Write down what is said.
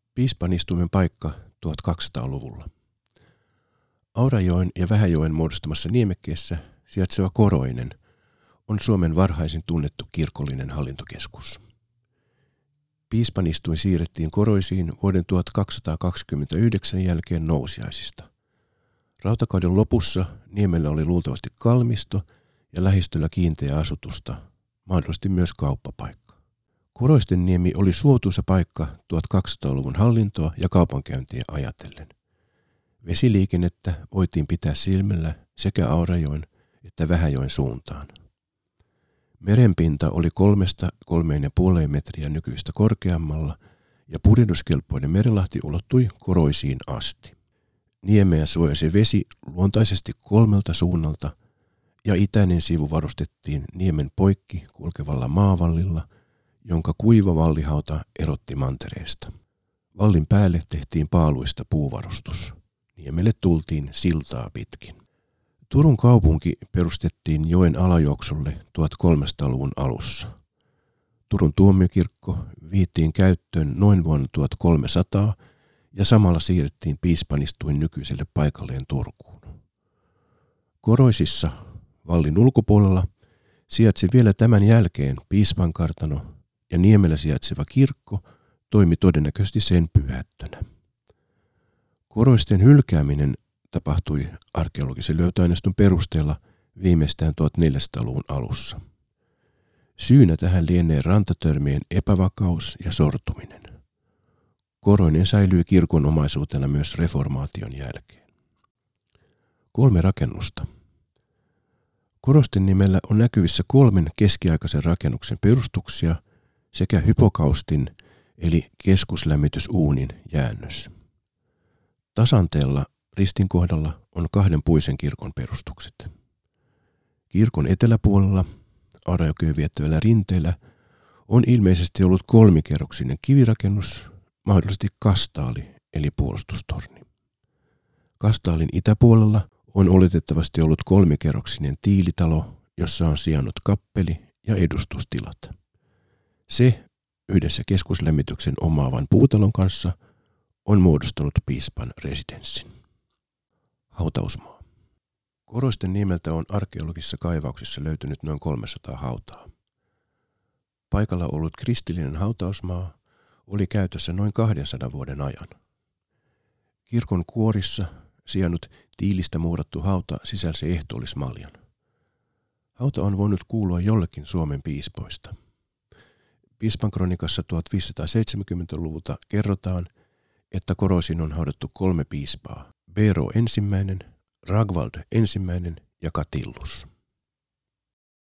Piispan istuimen paikka 1200-luvulla. Aurajoen ja Vähäjoen muodostamassa niemekkeessä sijaitseva Koroinen on Suomen varhaisin tunnettu kirkollinen hallintokeskus. Piispan istuin siirrettiin Koroisiin vuoden 1229 jälkeen nousiaisista. Rautakauden lopussa niemellä oli luultavasti kalmisto ja lähistöllä kiinteä asutusta, mahdollisesti myös kauppapaikka. Koroisten niemi oli suotuisa paikka 1200-luvun hallintoa ja kaupankäyntiä ajatellen. Vesiliikennettä voitiin pitää silmällä sekä Aurajoen että Vähäjoen suuntaan. Merenpinta oli 3–3,5 metriä nykyistä korkeammalla ja purjehduskelpoinen merilahti ulottui Koroisiin asti. Niemeä suojasi vesi luontaisesti 3 suunnalta ja itäinen sivu varustettiin niemen poikki kulkevalla maavallilla, jonka kuiva vallihauta erotti mantereesta. Vallin päälle tehtiin paaluista puuvarustus. Niemelle tultiin siltaa pitkin. Turun kaupunki perustettiin joen alajuoksulle 1300-luvun alussa. Turun tuomiokirkko viittiin käyttöön noin vuonna 1300 ja samalla siirrettiin piispanistuin nykyiselle paikalleen Turkuun. Koroisissa vallin ulkopuolella sijaitsi vielä tämän jälkeen piispankartano ja niemellä sijaitseva kirkko toimi todennäköisesti sen pyhättönä. Koroisten hylkääminen tapahtui arkeologisen löytöaineiston perusteella viimeistään 1400-luvun alussa. Syynä tähän lienee rantatörmien epävakaus ja sortuminen. Koroinen säilyi kirkon omaisuutena myös reformaation jälkeen. 3 rakennusta. Korosten nimellä on näkyvissä 3 keskiaikaisen rakennuksen perustuksia sekä hypokaustin eli keskuslämmitysuunin jäännös. Tasanteella ristin kohdalla on 2 puisen kirkon perustukset. Kirkon eteläpuolella Aurajokeen viettävällä rinteellä on ilmeisesti ollut 3-kerroksinen kivirakennus, mahdollisesti kastaali eli puolustustorni. Kastaalin itäpuolella on oletettavasti ollut 3-kerroksinen tiilitalo, jossa on sijainnut kappeli ja edustustilat. Se yhdessä keskuslämmityksen omaavan puutalon kanssa on muodostanut piispan residenssin. Hautausmaa. Koroisten nimeltä on arkeologisissa kaivauksissa löytynyt noin 300 hautaa. Paikalla ollut kristillinen hautausmaa oli käytössä noin 200 vuoden ajan. Kirkon kuorissa sijainnut tiilistä muurattu hauta sisälsi ehtoollismaljan. Hauta on voinut kuulua jollekin Suomen piispoista. Piispan kronikassa 1570-luvulta kerrotaan, että Koroisiin on haudattu 3 piispaa, Beero I, Ragvald I ja Catillus.